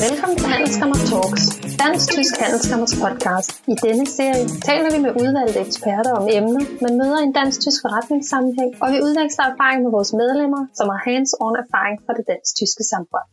Velkommen til Handelskammer Talks, Dansk-Tysk Handelskammers podcast. I denne serie taler vi med udvalgte eksperter om emner, man møder i en dansk-tysk forretningssammenhæng, og vi udveksler erfaring med vores medlemmer, som har hands-on erfaring fra det dansk-tyske samfund.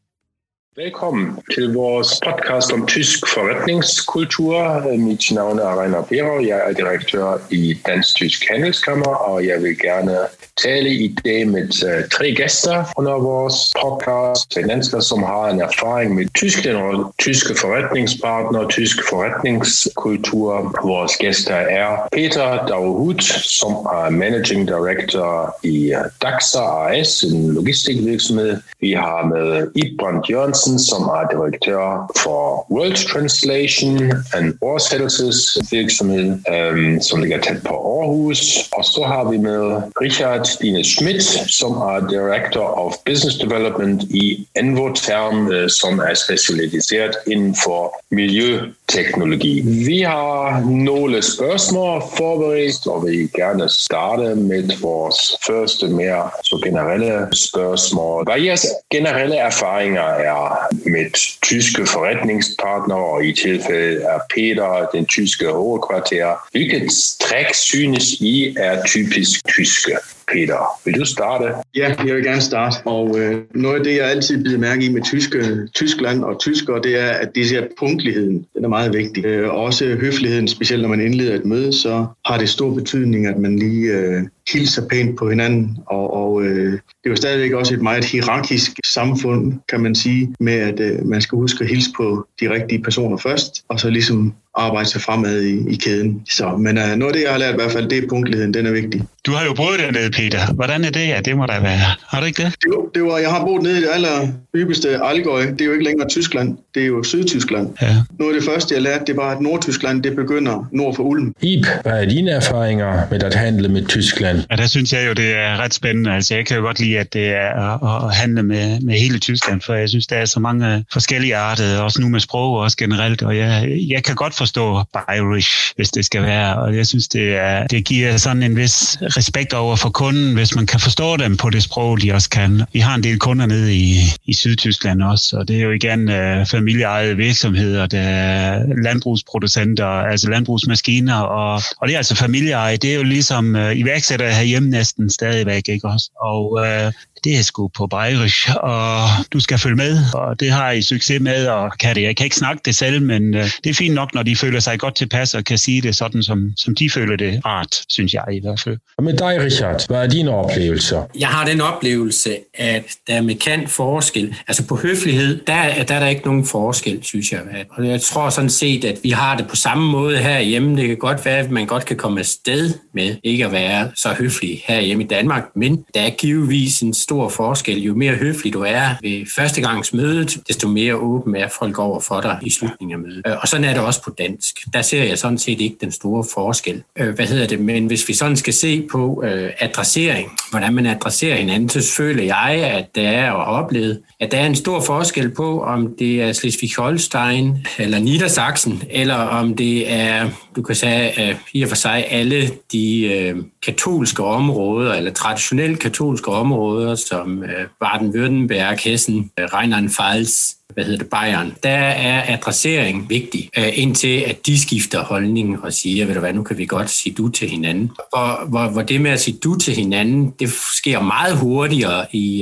Velkommen til vores podcast om tysk forretningskultur. Mit navn er Rainer Behrer, jeg er direktør i Dansk-Tysk Handelskammer, og jeg vil gerne tale i dag med tre gæster under vores podcast. Mennesker, som har en erfaring med Tyskland og tyske forretningspartnere, tysk forretningskultur. Vores gæster er Peter Dauhut, som er Managing Director i Daxa AS, en logistikvirksomhed. Vi har med Ib Brandt Jørgensen, som er direktør for World Translation, en oversættelsesvirksomhed, som ligger tæt på Aarhus. Og så har vi med Richard Stine Schmidt, som er Director of Business Development i Envotherm, som er specialiseret inden for miljøteknologi. Vi har nogle spørgsmål forberedt, og vil gerne starte med vores første mere så generelle spørgsmål. Hvad jeres generelle erfaringer er med tyske forretningspartnere, og i tilfælde er Peter den tyske hovedkvarter. Hvilket træk synes I er typisk tyske? Peter, vil du starte? Ja, jeg vil gerne starte. Og noget af det, jeg altid bider mærke i med Tyskland og tyskere, det er, at de ser punktligheden. Den er meget vigtig. Også høfligheden, specielt når man indleder et møde, så har det stor betydning, at man lige hilser pænt på hinanden. Og det er jo stadigvæk også et meget hierarkisk samfund, kan man sige, med at man skal huske at hilse på de rigtige personer først, og så ligesom arbejde sig fremad i kæden. Men noget af det, jeg har lært i hvert fald, det er punktligheden. Den er vigtig. Du har jo boet dernede, Peter. Hvordan er det? Ja, det må der være. Har du ikke det? Jeg har boet nede i det allerhyppigste Allgäu. Det er jo ikke længere Tyskland. Det er jo Sydtyskland. Ja. Noget af det første, jeg lærte, det var, at Nordtyskland, det begynder nord for Ulm. Ib, hvad er dine erfaringer med at handle med Tyskland? Ja, der synes jeg jo, det er ret spændende. Altså, jeg kan jo godt lide, at det er at handle med hele Tyskland, for jeg synes, der er så mange forskellige arter, også nu med sprog og også generelt, og jeg kan godt forstå Bayerisch, hvis det skal være, og jeg synes, det giver sådan en vis respekt over for kunden, hvis man kan forstå dem på det sprog, de også kan. Vi har en del kunder nede i Sydtyskland også, og det er jo igen familieejede virksomheder, der er landbrugsproducenter, altså landbrugsmaskiner, og det er altså familieeje. Det er jo ligesom iværksættere herhjemme næsten stadigvæk, ikke også? Og det er sgu på Bayerisch, og du skal følge med, og det har I succes med, og jeg kan ikke snakke det selv, men det er fint nok, når de føler sig godt tilpas og kan sige det sådan, som de føler det rart, synes jeg i hvert fald. Og med dig, Richard, hvad er dine oplevelser? Jeg har den oplevelse, at der er markant forskel. Altså på høflighed, der er der ikke nogen forskel, synes jeg. Og jeg tror sådan set, at vi har det på samme måde herhjemme. Det kan godt være, at man godt kan komme afsted med ikke at være så høflig herhjemme i Danmark, men der er givetvis en stor forskel. Jo mere høflig du er ved førstegangsmødet, desto mere åben er folk over for dig i slutningen af mødet. Og sådan er det også på dansk. Der ser jeg sådan set ikke den store forskel. Men hvis vi sådan skal se på adressering, hvordan man adresserer hinanden, så føler jeg, at der er og har oplevet, at der er en stor forskel på, om det er Slesvig-Holstein eller Niedersachsen, eller om det er, du kan sige, i og for sig alle de katolske områder, eller traditionelt katolske områder, som Baden-Württemberg, Hessen, Rheinland-Pfalz, Bayern. Der er adressering vigtig, indtil at de skifter holdning og siger, ved du hvad, nu kan vi godt sige du til hinanden. Hvor det med at sige du til hinanden, det sker meget hurtigere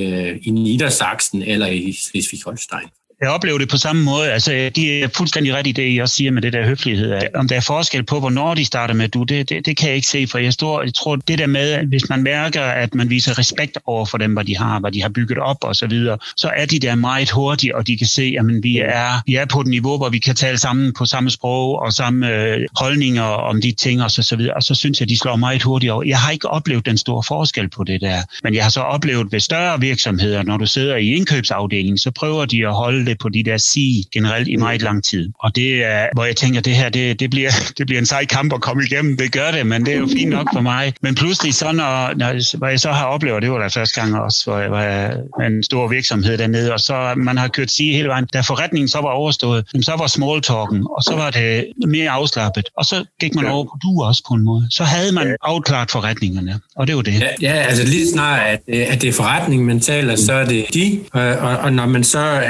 i Niedersachsen eller i Slesvig-Holstein. Jeg oplever det på samme måde. Altså, de er fuldstændig ret i det, I også siger med det der høflighed. Om der er forskel på, hvornår de starter med du, det kan jeg ikke se, for jeg tror, det der med, hvis man mærker, at man viser respekt over for dem, hvad de har bygget op og så videre, så er de der meget hurtige, og de kan se, at vi er på et niveau, hvor vi kan tale sammen på samme sprog og samme holdninger om de ting og så videre, og så synes jeg, de slår meget hurtigt over. Jeg har ikke oplevet den store forskel på det der, men jeg har så oplevet ved større virksomheder, når du sidder i indkøbsafdelingen, så prøver de at holde det på de der sige generelt i meget lang tid. Og det er, hvor jeg tænker, det her, det bliver en sej kamp at komme igennem. Det gør det, men det er jo fint nok for mig. Men pludselig så, når jeg så har oplevet, det var der første gang også, hvor jeg var en stor virksomhed dernede, og så man har kørt sige hele vejen. Da forretningen så var overstået, så var smalltalken, og så var det mere afslappet. Og så gik man over på du også på en måde. Så havde man afklaret forretningerne, og det var det. Ja, altså lige snart, at det er forretning, man taler, så er det de, og når man så er mere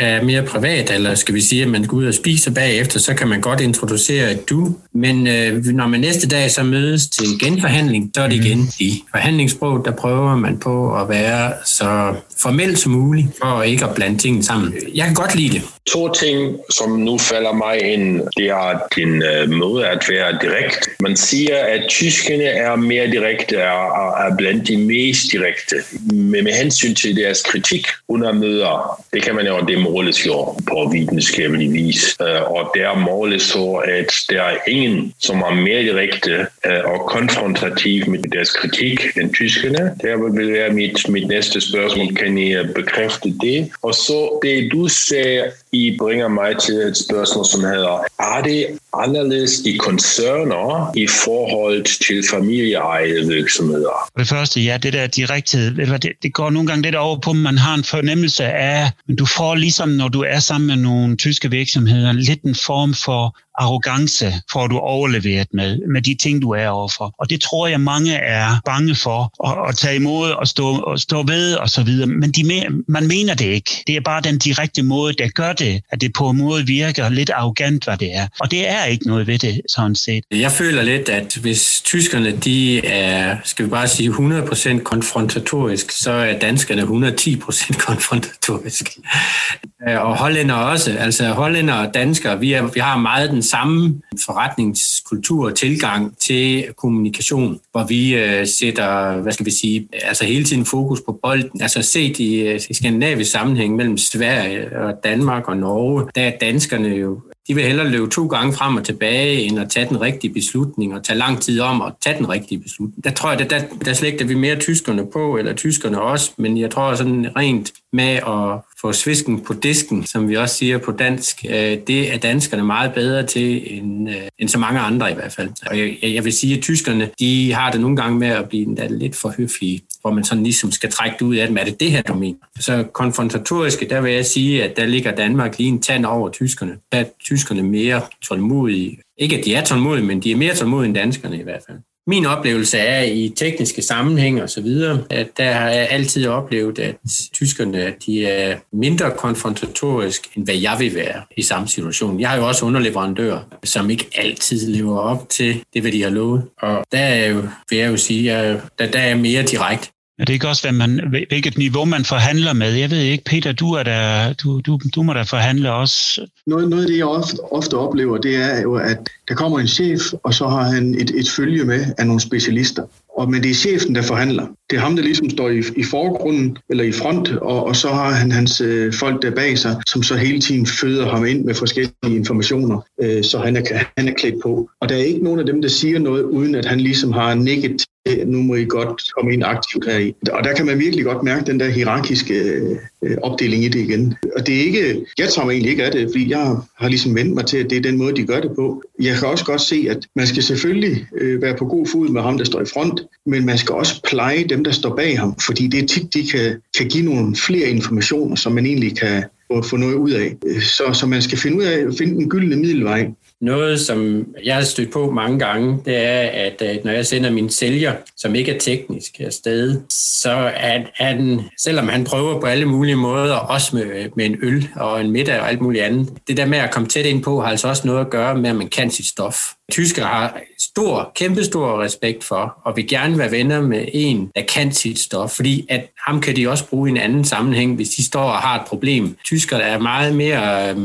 privat, eller skal vi sige, at man går ud og spiser bagefter, så kan man godt introducere et du. Men når man næste dag så mødes til genforhandling, så er det igen i forhandlingssprog, der prøver man på at være så formelt som muligt, for ikke at blande tingene sammen. Jeg kan godt lide det. 2 ting, som nu falder mig ind, det er din måde at være direkte. Man siger, at tyskerne er mere direkte, er blandt de mest direkte. Med hensyn til deres kritik under møder, det kan man jo, det måles jo på videnskabelig vis. Og der måles så, at der er ingen, som er mere direkte og konfrontativ med deres kritik end tyskerne. Der vil være mit næste spørgsmål. Kan I bekræfte det? Og så det, du sagde, I bringer mig til et spørgsmål, som hedder, er det anderledes i koncerner i forhold til familieejede virksomheder? For det første, ja, det der direkte, det går nogle gange lidt over på, at man har en fornemmelse af, men du får ligesom, når du er sammen med nogle tyske virksomheder, lidt en form for arrogance, får du overleveret med de ting, du er overfor. Og det tror jeg, mange er bange for at tage imod og stå ved og så videre. Men man mener det ikke. Det er bare den direkte måde, der gør det, at det på en måde virker lidt arrogant, hvad det er. Og det er ikke noget ved det, sådan set. Jeg føler lidt, at hvis tyskerne, de er, skal vi bare sige, 100% konfrontatorisk, så er danskerne 110% konfrontatorisk. Og hollænder også. Altså hollænder og danskere, vi har meget den samme forretningskultur og tilgang til kommunikation, hvor vi sætter, hvad skal vi sige, altså hele tiden fokus på bolden. Altså set i skandinavisk sammenhæng mellem Sverige og Danmark og Norge, der er danskerne jo, de vil hellere løbe 2 gange frem og tilbage, end at tage den rigtige beslutning og tage lang tid om at tage den rigtige beslutning. Der tror jeg, der slægter vi mere tyskerne på, eller tyskerne også, men jeg tror sådan rent med at få svisken på disken, som vi også siger på dansk, det er danskerne meget bedre til end så mange andre i hvert fald. Og jeg vil sige, at tyskerne, de har det nogle gange med at blive lidt for høflige, hvor man sådan ligesom skal trække det ud af dem. Er det her, du mener? Så konfrontatoriske, der vil jeg sige, at der ligger Danmark lige en tand over tyskerne. Der er tyskerne mere tålmodige. Ikke at de er tålmodige, men de er mere tålmodige end danskerne i hvert fald. Min oplevelse er i tekniske sammenhæng og så videre, at der har jeg altid oplevet, at tyskerne, de er mindre konfrontatorisk, end hvad jeg vil være i samme situation. Jeg har jo også underleverandører, som ikke altid lever op til det, hvad de har lovet. Og der er jo, vil jeg jo sige, der er mere direkte. Ja, det er ikke også, hvilket niveau man forhandler med. Jeg ved ikke, Peter, du må da forhandle også. Noget af det, jeg ofte oplever, det er jo, at der kommer en chef, og så har han et følge med af nogle specialister. Men det er chefen, der forhandler. Det er ham, der ligesom står i forgrunden eller i front, og så har han hans folk der bag sig, som så hele tiden føder ham ind med forskellige informationer, så han er klædt på. Og der er ikke nogen af dem, der siger noget, uden at han ligesom har nikket. Nu må I godt komme ind aktivt heri. Og der kan man virkelig godt mærke den der hierarkiske opdeling i det igen. Og det er ikke, jeg tager mig egentlig ikke af det, fordi jeg har ligesom vendt mig til, at det er den måde, de gør det på. Jeg kan også godt se, at man skal selvfølgelig være på god fod med ham, der står i front, men man skal også pleje dem, der står bag ham, fordi det er tit, de kan give nogle flere informationer, som man egentlig kan få noget ud af. Så man skal finde den gyldne middelvej. Noget, som jeg har stødt på mange gange, det er, at når jeg sender min sælger, som ikke er teknisk afsted, så er den, selvom han prøver på alle mulige måder, også med en øl og en middag og alt muligt andet, det der med at komme tæt ind på, har altså også noget at gøre med, at man kan sit stof. Tyskere har kæmpestor respekt for, og vil gerne være venner med en, der kan sit stof, fordi at ham kan de også bruge i en anden sammenhæng, hvis de står og har et problem. Tyskere er meget mere,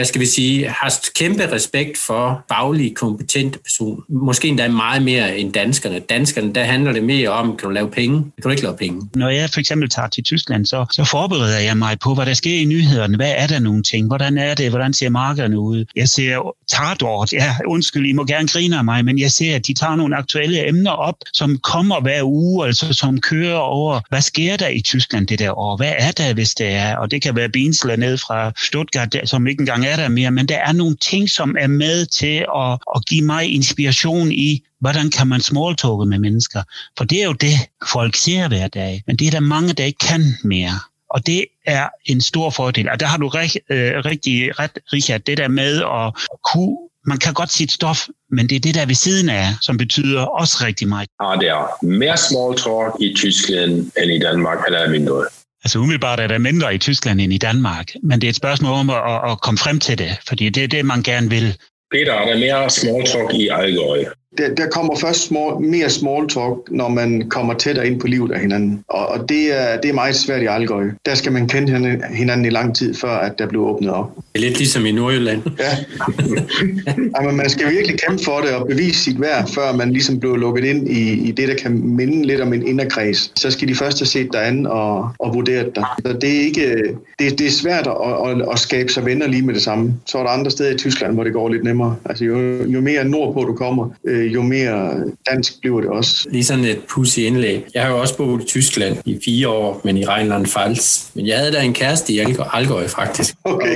har kæmpe respekt for faglige, kompetente personer. Måske endda meget mere end danskerne. Danskerne, der handler det mere om, kan du lave penge? Kan du ikke lave penge? Når jeg for eksempel tager til Tyskland, så forbereder jeg mig på, hvad der sker i nyhederne. Hvad er der nogle ting? Hvordan er det? Hvordan ser markederne ud? Jeg ser Tatort. Ja, undskyld, I må gerne grine af mig, men jeg ser, at de tager nogle aktuelle emner op, som kommer hver uge, altså som kører over, hvad sker der i Tyskland det der år? Hvad er der, hvis det er? Og det kan være Binsler ned fra Stuttgart, som ikke engang er der mere, men der er nogle ting, som er med til at give mig inspiration i, hvordan kan man smalltalke med mennesker? For det er jo det, folk ser hver dag, men det er der mange, der ikke kan mere. Og det er en stor fordel. Og der har du rigtig ret, Richard, det der med at kunne, man kan godt sit stof, men det er det der ved siden af, som betyder også rigtig meget. Er der mere small talk i Tyskland end i Danmark, eller mindre? Altså umiddelbart er der mindre i Tyskland end i Danmark, men det er et spørgsmål om at komme frem til det, fordi det er det, man gerne vil. Peter, er der mere small talk i Allgäu? Der kommer først mere small talk, når man kommer tættere ind på livet af hinanden. Og det er meget svært i Allgäu. Der skal man kende hinanden i lang tid, før at der bliver åbnet op. Det er lidt ligesom i Nordjylland. Ja. Jamen, man skal virkelig kæmpe for det og bevise sit værd, før man ligesom bliver lukket ind i det, der kan minde lidt om en inderkreds. Så skal de først have set dig an og vurderet dig. Så det er svært at skabe sig venner lige med det samme. Så er der andre steder i Tyskland, hvor det går lidt nemmere. Altså jo mere nordpå du kommer, jo mere dansk bliver det også. Lige sådan et pudsigt indlæg. Jeg har jo også boet i Tyskland i 4 år, men i Rheinland-Pfalz. Men jeg havde da en kæreste i Allgäu, faktisk. Okay.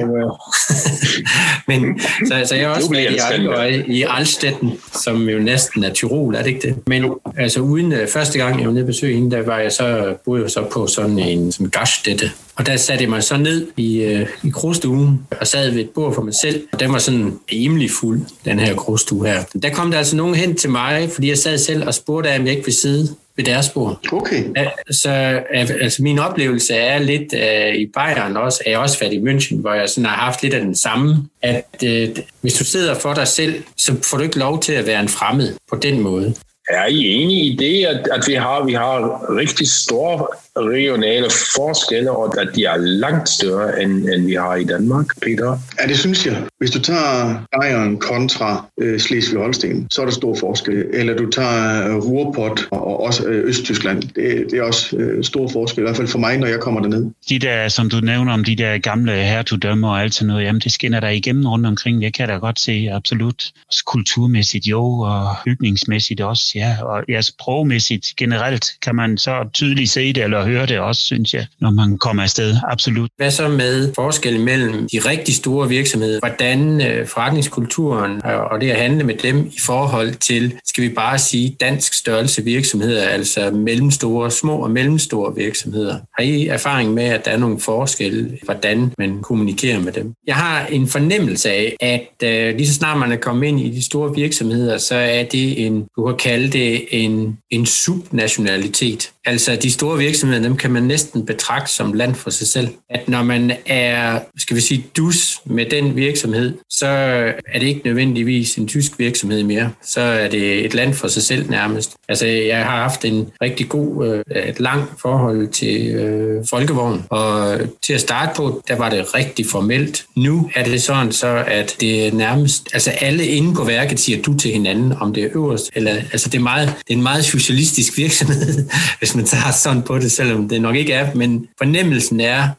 Men så jeg har også været i Allgäu, i Altstetten, som jo næsten er Tyrol, er det ikke det? Men altså uden første gang, jeg var nede og besøge hende, boede jeg så på sådan en Gaststätte. Og der satte jeg mig så ned i krogstuen og sad ved et bord for mig selv. Og den var sådan rimelig fuld, den her krogstue her. Der kom der altså nogen hen til mig, fordi jeg sad selv og spurgte, om jeg ikke ville sidde ved deres bord. Okay. Så altså min oplevelse er lidt i Bayern også, er jeg også været i München, hvor jeg sådan har haft lidt af den samme, at hvis du sidder for dig selv, så får du ikke lov til at være en fremmed på den måde. Er I enige i det, at vi har rigtig store regionale forskelle, og at de er langt større, end vi har i Danmark, Peter? Ja, det synes jeg. Hvis du tager Bayern kontra Slesvig-Holsten, så er der stor forskel. Eller du tager Ruhrpott og også Østtyskland. Det er også stor forskel, i hvert fald for mig, når jeg kommer derned. De der, som du nævner om, de der gamle hertugdømmer og alt sådan noget, jamen det skinner der igennem rundt omkring. Det kan jeg da godt se, absolut. Også kulturmæssigt jo, og bygningsmæssigt også, ja. Og ja, sprogmæssigt generelt kan man så tydeligt se det, eller høre det også, synes jeg, når man kommer afsted. Absolut. Hvad så med forskellen mellem de rigtig store virksomheder? Hvordan forretningskulturen og det at handle med dem i forhold til, skal vi bare sige, dansk størrelse virksomheder, altså mellemstore, små og mellemstore virksomheder? Har I erfaring med, at der er nogle forskelle, hvordan man kommunikerer med dem? Jeg har en fornemmelse af, at lige så snart man er kommet ind i de store virksomheder, så er det du kan kalde det en subnationalitet. Altså de store virksomheder, dem kan man næsten betragte som land for sig selv. At når man er, skal vi sige, dus med den virksomhed, så er det ikke nødvendigvis en tysk virksomhed mere. Så er det et land for sig selv nærmest. Altså jeg har haft en rigtig god, et langt forhold til Folkevogn, og til at starte på, der var det rigtig formelt. Nu er det sådan så, at det nærmest, altså alle inde på værket siger du til hinanden, om det er øverst, eller altså det er en meget socialistisk virksomhed, hvis man tager sådan på det, selvom det nok ikke er, men fornemmelsen er,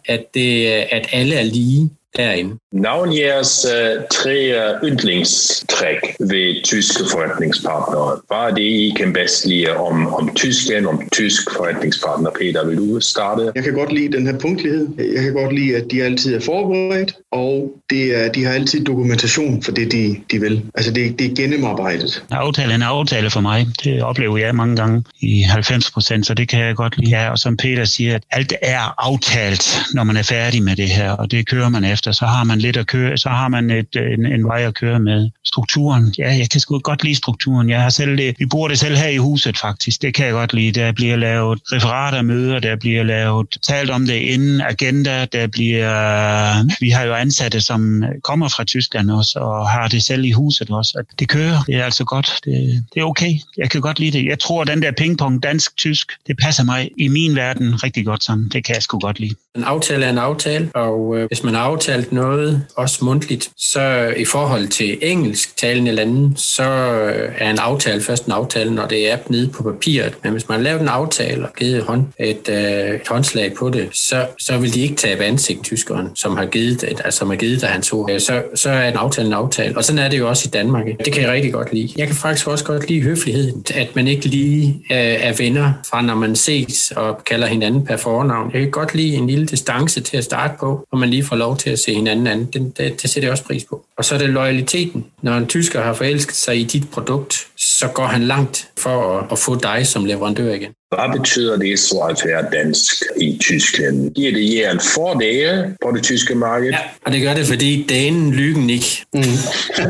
at alle er lige derinde. Navn jeres 3 yndlingstræk ved tyske forretningspartnere. Hvad er det, I kan bedst lide om Tyskland, om tysk forretningspartner? Peter, vil du starte? Jeg kan godt lide den her punktlighed. Jeg kan godt lide, at de altid er forberedt, og de har altid dokumentation for det, de vil. Altså det er gennemarbejdet. Aftale er en aftale for mig. Det oplever jeg mange gange i 90%, så det kan jeg godt lide. Ja, og som Peter siger, at alt er aftalt, når man er færdig med det her, og det kører man efter. Så har man lidt at køre, så har man en vej at køre med. Strukturen, ja, jeg kan sgu godt lide strukturen. Jeg har selv vi bruger det selv her i huset faktisk. Det kan jeg godt lide. Der bliver lavet referater, møder, der bliver lavet talt om det inden, agenda, vi har jo ansatte, som kommer fra Tyskland også, og har det selv i huset også. At det kører, det er altså godt. Det er okay. Jeg kan godt lide det. Jeg tror, at den der pingpong dansk-tysk, det passer mig i min verden rigtig godt sammen. Det kan jeg sgu godt lide. En aftale er en aftale, og hvis man har aftalt noget, også mundtligt, så i forhold til engelsktalende lande, så er en aftale først en aftale, når det er nede på papiret. Men hvis man har lavet en aftale og givet et håndslag på det, så vil de ikke tabe ansigt, tyskeren, som har givet dig hans ord. Så er en aftale. Og sådan er det jo også i Danmark. Det kan jeg rigtig godt lide. Jeg kan faktisk også godt lide høfligheden, at man ikke lige er venner fra, når man ses og kalder hinanden per fornavn. Jeg kan godt lide en lille distance til at starte på, og man lige får lov til at se hinanden anden. Det sætter jeg også pris på. Og så er det loyaliteten. Når en tysker har forelsket sig i dit produkt, så går han langt for at få dig som leverandør igen. Hvad betyder det så at være dansk i Tyskland? Giver det jer en fordel på det tyske marked? Ja, og det gør det, fordi dagen lykken ikke. Det er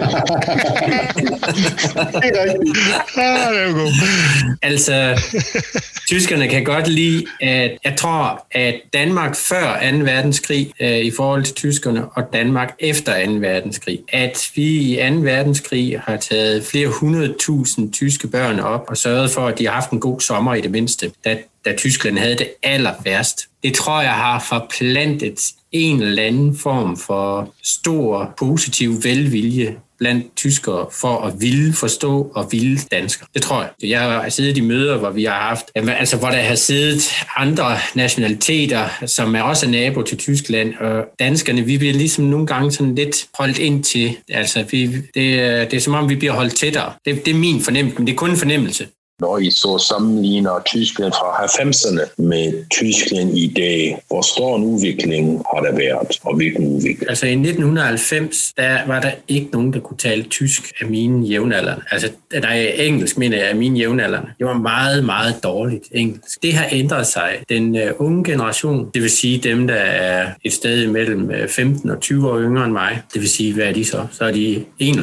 rigtigt. Det er god. Altså, tyskerne kan godt lide, at jeg tror, at Danmark før 2. verdenskrig i forhold til tyskerne, og Danmark efter 2. verdenskrig, at vi i 2. verdenskrig har taget flere 100.000 tyske børn op og sørget for, at de har haft en god sommer i det mindste, da Tyskland havde det aller værst. Det tror jeg har forplantet en eller anden form for stor positiv velvilje blandt tyskere for at ville forstå og ville danskere. Det tror jeg. Jeg har siddet i møder, hvor vi har haft, altså hvor der har siddet andre nationaliteter, som er også nabo til Tyskland, og danskerne, vi bliver ligesom nogle gange sådan lidt holdt ind til, altså det er som om, vi bliver holdt tættere. Det er min fornemmelse, men det er kun en fornemmelse. Når I så sammenligner Tyskland fra 90'erne med Tyskland i dag, hvor stor en udvikling har der været, og hvilken udvikling? Altså i 1990, der var der ikke nogen, der kunne tale tysk af mine jævnaldrende. Altså, engelsk mener jeg af mine jævnaldrende. Det var meget, meget dårligt engelsk. Det har ændret sig. Den unge generation, det vil sige dem, der er et sted mellem 15 og 20 år yngre end mig, det vil sige, hvad er de så? Så er de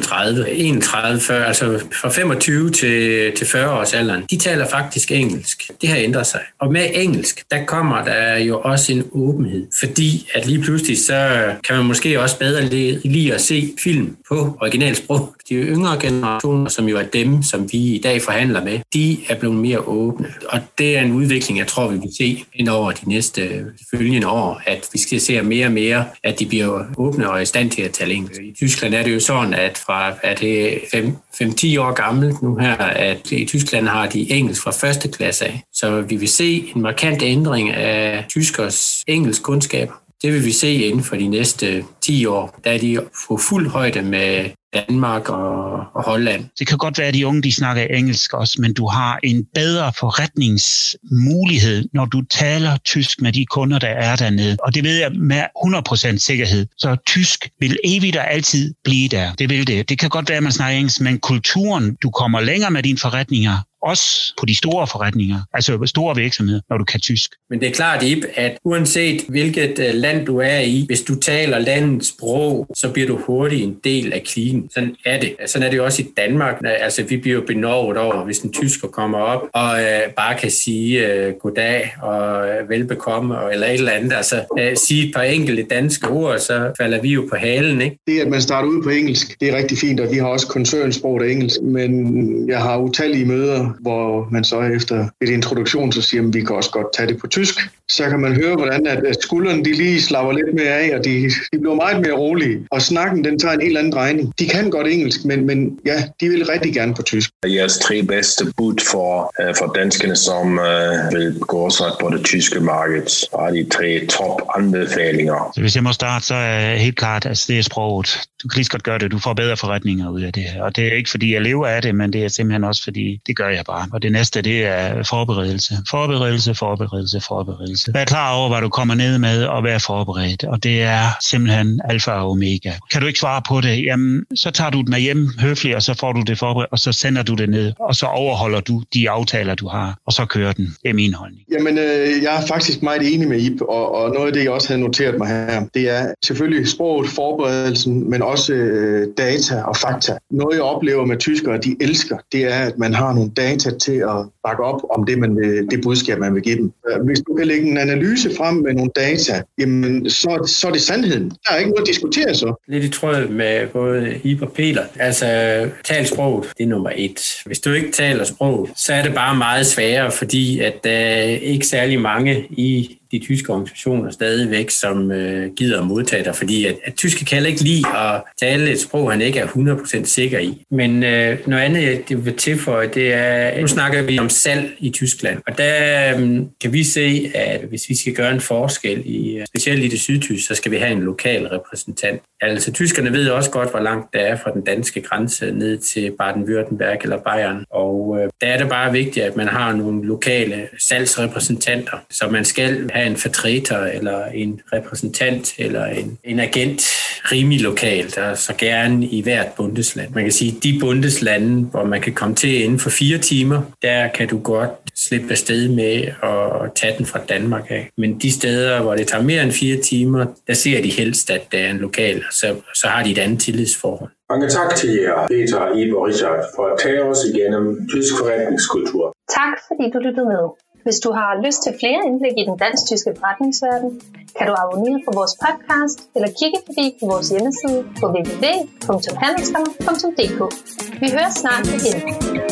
31, 40, altså fra 25 til 40 års alder. De taler faktisk engelsk. Det har ændret sig. Og med engelsk, der kommer der jo også en åbenhed. Fordi at lige pludselig, så kan man måske også bedre lide at se film på originalsprog. De yngre generationer, som jo er dem, som vi i dag forhandler med, de er blevet mere åbne. Og det er en udvikling, jeg tror, vi vil se ind over de næste følgende år, at vi skal se mere og mere, at de bliver åbne og i stand til at tale engelsk. I Tyskland er det jo sådan, at fra at det er 5-10 år gammelt nu her, at i Tyskland har de engelsk fra 1. klasse af. Så vi vil se en markant ændring af tyskers engelsk kundskaber. Det vil vi se inden for de næste 10 år, da de får fuld højde med Danmark og Holland. Det kan godt være, at de unge de snakker engelsk også, men du har en bedre forretningsmulighed, når du taler tysk med de kunder, der er dernede. Og det ved jeg med 100% sikkerhed. Så tysk vil evigt og altid blive der. Det vil det. Det kan godt være, at man snakker engelsk, men kulturen, du kommer længere med dine forretninger, også på de store forretninger, altså store virksomheder, når du kan tysk. Men det er klart, Ib, at uanset hvilket land du er i, hvis du taler landets sprog, så bliver du hurtigt en del af kliken. Sådan er det. Sådan er det jo også i Danmark. Altså, vi bliver jo benovet over, hvis en tysker kommer op og bare kan sige goddag og velbekomme eller et eller andet. Altså, sige et par enkelte danske ord, så falder vi jo på halen, ikke? Det, at man starter ud på engelsk, det er rigtig fint, og vi har også koncernsprog af engelsk, men jeg har utallige møder, hvor man så efter et introduktion, så siger, at vi kan også godt tage det på tysk. Så kan man høre, hvordan at skuldrene de lige slapper lidt mere af, og de bliver meget mere rolige. Og snakken, den tager en helt anden drejning. De kan godt engelsk, men ja, de vil rigtig gerne på tysk. Jeres 3 bedste bud for danskerne, som vil gå sig på det tyske marked, var de 3 top anbefalinger. Så hvis jeg må starte, så er helt klart, at det er sproget. Du kan lige så godt gøre det. Du får bedre forretninger ud af det her. Og det er ikke, fordi jeg lever af det, men det er simpelthen også, fordi det gør jeg bare. Og det næste, det er forberedelse. Vær klar over, hvad du kommer ned med, og vær forberedt. Og det er simpelthen alfa og omega. Kan du ikke svare på det, jamen, så tager du det med hjem høfligt, og så får du det forberedt, og så sender du det ned, og så overholder du de aftaler, du har, og så kører den. Det er min holdning. Jamen, jeg er faktisk meget enig med Ib, og noget af det, jeg også havde noteret mig her, det er selvfølgelig sproget, forberedelsen, men også data og fakta. Noget, jeg oplever med tyskere, de elsker, det er, at man har nogle data til at bakke op om det budskab, man vil give dem. Hvis du kan lægge en analyse frem med nogle data, jamen, så er det sandheden. Der er ikke noget at diskutere så. Lidt i tråd med både Ib og Peter. Altså, tal sproget, det er nummer 1. Hvis du ikke taler sproget, så er det bare meget sværere, fordi at der er ikke særlig mange i de tyske organisationer stadigvæk, som gider at modtage dig, fordi at tyske kan ikke lide at tale et sprog, han ikke er 100% sikker i. Men noget andet, jeg vil tilføje, det er, nu snakker vi om salg i Tyskland, og der kan vi se, at hvis vi skal gøre en forskel, specielt i det sydtyske, så skal vi have en lokal repræsentant. Altså, tyskerne ved også godt, hvor langt der er fra den danske grænse ned til Baden-Württemberg eller Bayern. Og der er det bare vigtigt, at man har nogle lokale salgsrepræsentanter, så man skal have en fortræter eller en repræsentant eller en agent rimelig lokalt, og så gerne i hvert bundesland. Man kan sige, at de bundeslande, hvor man kan komme til inden for 4 timer, der kan du godt slippe afsted med at tage den fra Danmark af. Men de steder, hvor det tager mere end 4 timer, der ser de helst, at der er en lokal, så har de et andet tillidsforhold. Mange tak til jer, Peter, Ibe og Richard, for at tage os igennem tysk forretningskultur. Tak fordi du lyttede med. Hvis du har lyst til flere indblik i den dansk-tyske forretningsverden, kan du abonnere på vores podcast eller kigge forbi på vores hjemmeside på www.handelskammer.dk. Vi høres snart igen.